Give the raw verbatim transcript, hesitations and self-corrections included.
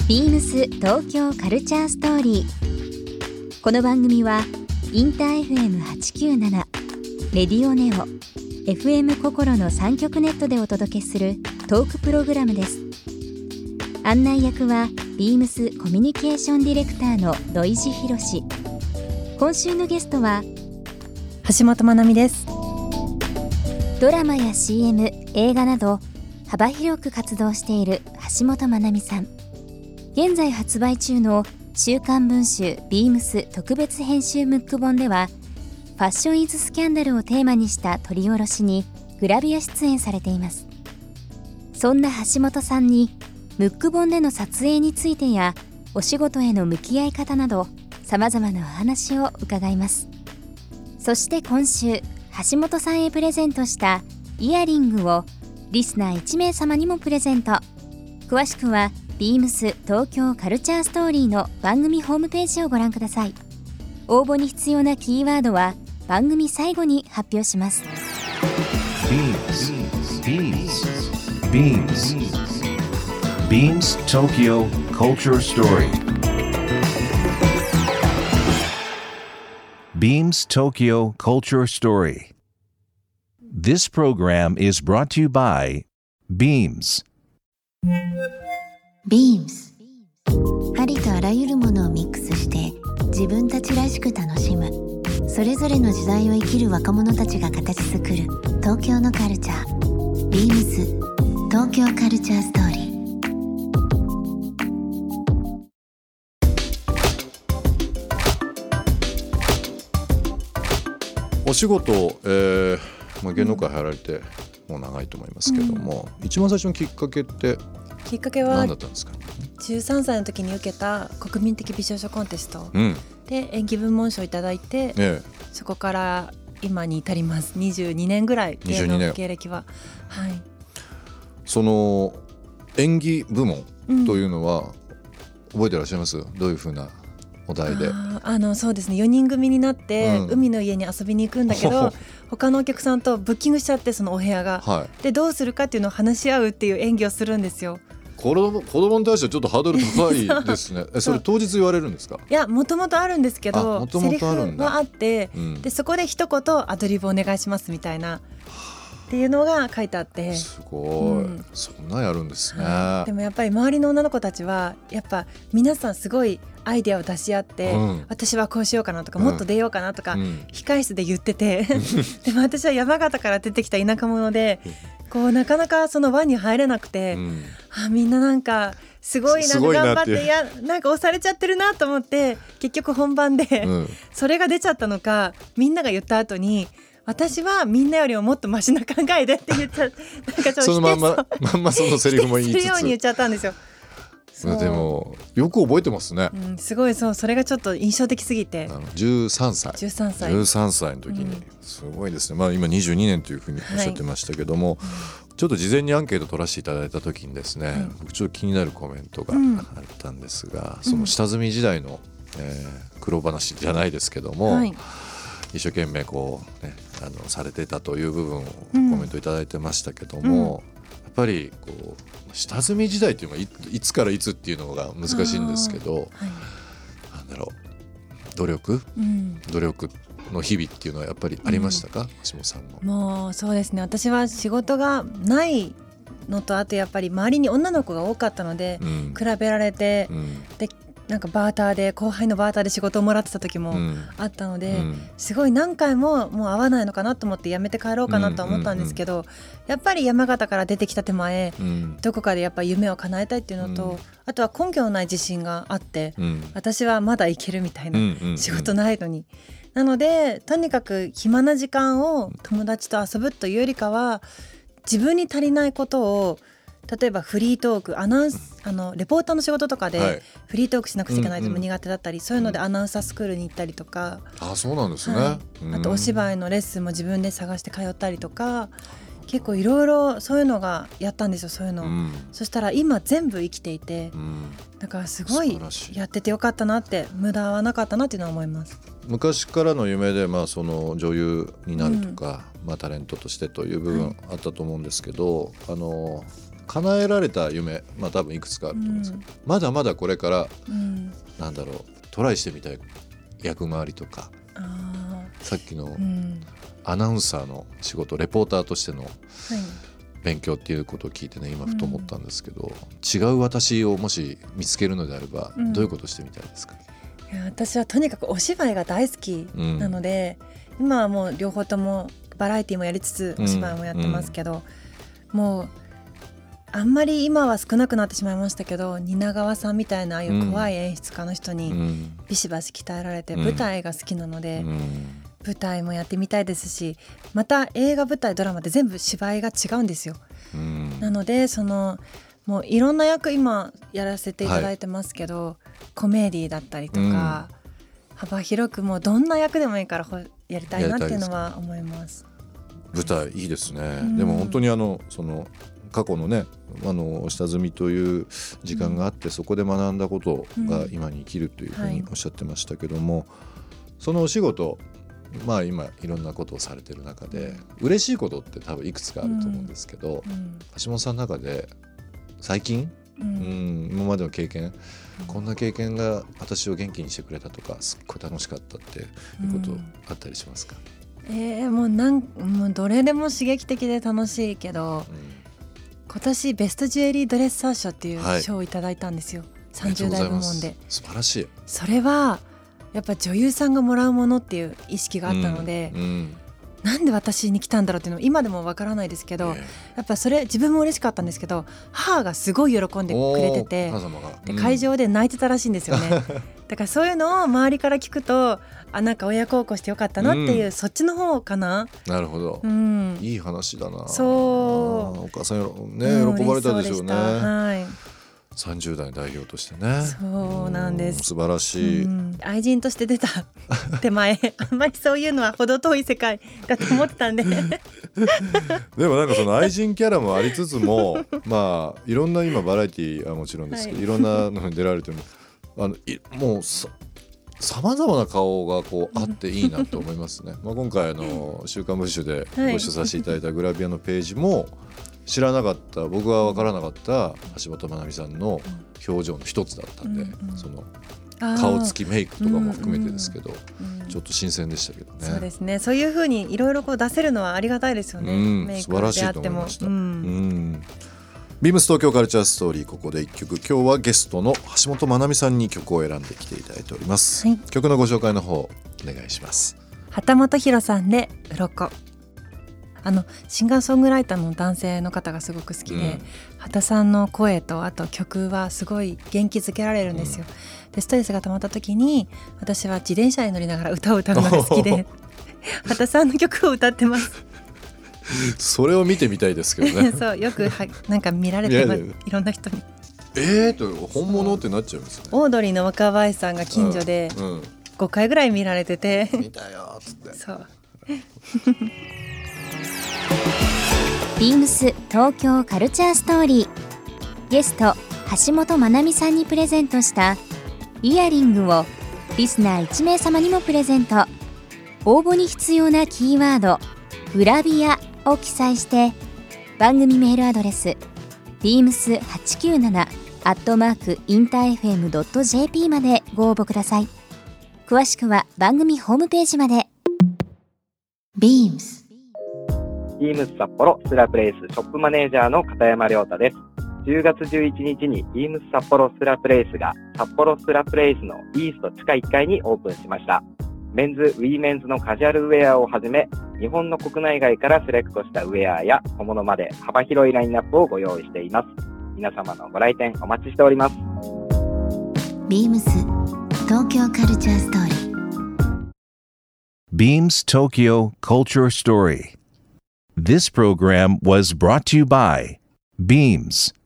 ビームス東京カルチャーストーリー。この番組はインター エフエムはちきゅうなな、レディオネオ、エフエム 心のさん局ネットでお届けするトークプログラムです。案内役はビームスコミュニケーションディレクターの土井博志。今週のゲストは橋本まなみです。 ドラマや シーエム、映画など幅広く活動している橋本まなみさん。現在発売中の週刊文集ビームス特別編集ムック本では、ファッションイズスキャンダルをテーマにした撮り下ろしにグラビア出演されています。そんな橋本さんにムック本での撮影についてやお仕事への向き合い方など様々なお話を伺います。そして今週橋本さんへプレゼントしたイヤリングをリスナーいち名様にもプレゼント。詳しくはビームス東京カルチャーストーリーの番組ホームページをご覧ください。応募に必要なキーワードは番組最後に発表します。 ビームス ビームス ビームス Tokyo Culture Story Beams Tokyo Culture Story. This program is brought to you by Beams. ビームス ありとあらゆるものをミックスして自分たちらしく楽しむ、それぞれの時代を生きる若者たちが形作る東京のカルチャー。ビームス東京カルチャーストーリー。 お仕事、えーまあ、芸能界入られてもう長いと思いますけども、うん、一番最初のきっかけってきっかけは何だったんですか？ じゅうさんさいの時に受けた国民的美少女コンテスト、 うん、 で演技部門賞いただいて、 ええ、 そこから今に至ります。にじゅうにねんぐらい芸能経歴は、はい、その演技部門というのは、うん、覚えてらっしゃいます？どういうふうなお題で？ ああのそうですね、よにん組になって、うん、海の家に遊びに行くんだけど他のお客さんとブッキングしちゃって、そのお部屋が、はい、でどうするかっていうのを話し合うっていう演技をするんですよ。 子供、子供に対してはちょっとハードル高いですね。そ, それ当日言われるんですか？ いや、もともとあるんですけど、セリフはあって、うん、でそこで一言アドリブお願いしますみたいなっていうのが書いてあって、 すごい、うん、そんなやるんですね、 はい、でもやっぱり周りの女の子たちはやっぱ皆さんすごいアイデアを出し合って、うん、私はこうしようかなとか、もっと出ようかなとか、うん、控室で言っててでも私は山形から出てきた田舎者でこうなかなかその輪に入れなくて、うん、あみんななんかすごいなんか頑張って、いやなんか押されちゃってるなと思って、結局本番で、うん、それが出ちゃったのか、みんなが言った後に私はみんなよりももっとマシな考えでって言っちゃなんかちょっとそのまんままんまそのセリフも言いつつ否定するように言っちゃったんですよ。 でもよく覚えてますね、 うん、すごい、そう、それがちょっと印象的すぎて。 じゅうさんさいじゅうさんさいじゅうさんさいの時に、うん、すごいですね、まあ、今にじゅうにねんというふうにおっしゃってましたけども、はい、ちょっと事前にアンケート取らせていただいた時にですね、はい、僕ちょっと気になるコメントがあったんですが、うん、その下積み時代の、えー、苦労話じゃないですけども、はい、一生懸命こう、ね、あのされてたという部分をコメントいただいてましたけども、うん、やっぱりこう下積み時代というのが い, いつからいつっていうのが難しいんですけど、はい、なんだろう、努力、うん、努力の日々っていうのはやっぱりありましたか、うん、橋本さんも。 もうそうですね、私は仕事がないのと、あとやっぱり周りに女の子が多かったので、うん、比べられて、うん、でなんかバーターで後輩のバーターで仕事をもらってた時もあったので、うん、すごい何回ももう会わないのかなと思って辞めて帰ろうかなと思ったんですけど、うんうんうん、やっぱり山形から出てきた手前、うん、どこかでやっぱり夢を叶えたいっていうのと、うん、あとは根拠のない自信があって、うん、私はまだいけるみたいな、うんうんうん、仕事ないのに、なのでとにかく暇な時間を友達と遊ぶというよりかは、自分に足りないことを、例えばフリートーク、アナウンス、あのレポーターの仕事とかでフリートークしなくちゃいけないのも苦手だったり、うんうん、そういうのでアナウンサースクールに行ったりとか、 あ、そうなんですね、 はい、あとお芝居のレッスンも自分で探して通ったりとか、結構いろいろそういうのがやったんですよ、そういうの、うん、そしたら今全部生きていて、うん、だからすごいやっててよかったなって、無駄はなかったなっていうのは思います。 昔からの夢で、まあ、その女優になるとか、うん、まあ、タレントとしてという部分あったと思うんですけど、はい、あの叶えられた夢、まあ多分いくつかあると思うんですけど、うん、まだまだこれから、うん、なんだろうトライしてみたい役回りとか、あさっきのアナウンサーの仕事、レポーターとしての勉強っていうことを聞いてね今ふと思ったんですけど、うん、違う私をもし見つけるのであれば、うん、どういうことをしてみたいですか？ いや私はとにかくお芝居が大好きなので、うん、今はもう両方ともバラエティもやりつつお芝居もやってますけど、うんうん、もうあんまり今は少なくなってしまいましたけど、蜷川さんみたいなああいう怖い演出家の人にビシバシ鍛えられて、舞台が好きなので、うんうん、舞台もやってみたいですし、また映画舞台ドラマで全部芝居が違うんですよ、うん、なのでそのもういろんな役今やらせていただいてますけど、はい、コメディだったりとか、うん、幅広くもうどんな役でもいいからやりたいなっていうのは思います。 舞台いいですね、うん、でも本当にあのその過去のねあの下積みという時間があって、うん、そこで学んだことが今に生きるというふうにおっしゃってましたけども、うんはい、そのお仕事、まあ今いろんなことをされてる中で、うん、嬉しいことって多分いくつかあると思うんですけど、うん、橋本さんの中で最近、うんうん、今までの経験、うん、こんな経験が私を元気にしてくれたとかすっごい楽しかったっていうことあったりしますか？ うん、えー、もうなんもうどれでも刺激的で楽しいけど、うん、今年ベストジュエリードレッサー賞っていう賞をいただいたんですよ、はい、さんじゅう代部門で。 素晴らしい。 それはやっぱ女優さんがもらうものっていう意識があったので、うんうん、なんで私に来たんだろうっていうのは今でもわからないですけど、えー、やっぱそれ自分も嬉しかったんですけど、母がすごい喜んでくれてて、で会場で泣いてたらしいんですよね、うん、だからそういうのを周りから聞くと、あなんか親孝行してよかったなっていう、うん、そっちの方かな。 なるほど、うん、いい話だな。 そうお母さんね、うん、喜ばれたでしょうね。 はい、 さんじゅう代代表としてね。 そうなんです。 素晴らしい、うん、 愛人として出た手前あんまりそういうのは程遠い世界だと思ってたんででもなんかその愛人キャラもありつつもまあいろんな今バラエティーはもちろんですけど、はい、いろんなのに出られてるあのいもうさまざまな顔がこうあっていいなと思いますね、まあ、今回あの週刊文春でご一緒させていただいたグラビアのページも知らなかった、僕は分からなかった橋本まなみさんの表情の一つだったんで、うんうん、その顔つきメイクとかも含めてですけど、うんうん、ちょっと新鮮でしたけどね。 そうですね、そういう風にいろいろ出せるのはありがたいですよね、うん、メイクであっても。素晴らしいと思いました、うんうん、 ビームス東京カルチャーストーリー、ここでいっきょく、今日はゲストの橋本まなみさんに曲を選んできていただいております、はい、曲のご紹介の方お願いします。 旗本博さんで鱗。あのシンガーソングライターの男性の方がすごく好きで、うん、畑さんの声とあと曲はすごい元気づけられるんですよ、うん、でストレスが溜まった時に私は自転車に乗りながら歌を歌うのが好きで畑さんの曲を歌ってますそれを見てみたいですけどねそうよくはなんか見られてます、いろんな人に。 えーと本物ってなっちゃいますね。 オードリーの若林さんが近所でごかいぐらい見られてて、 見たよっつってそうビームス東京カルチャーストーリー、ゲスト橋本まなみさんにプレゼントしたイヤリングをリスナーいち名様にもプレゼント。応募に必要なキーワードグラビアを記載して番組メールアドレス ビームスはちきゅうなな アットマーク インターエフエム ドット ジェーピー までご応募ください。詳しくは番組ホームページまで。 ビームスビームス札幌スラプレイスショップマネージャーの片山亮太です。じゅうがつじゅういちにちにビームス札幌スラプレイスが札幌スラプレイスのイースト地下いっかいにオープンしました。メンズ・ウィーメンズのカジュアルウェアをはじめ、日本の国内外からセレクトしたウェアや小物まで幅広いラインナップをご用意しています。皆様のご来店お待ちしております。 ビームス東京カルチャーストーリービームス Tokyo Culture Story. This program was brought to you by Beams.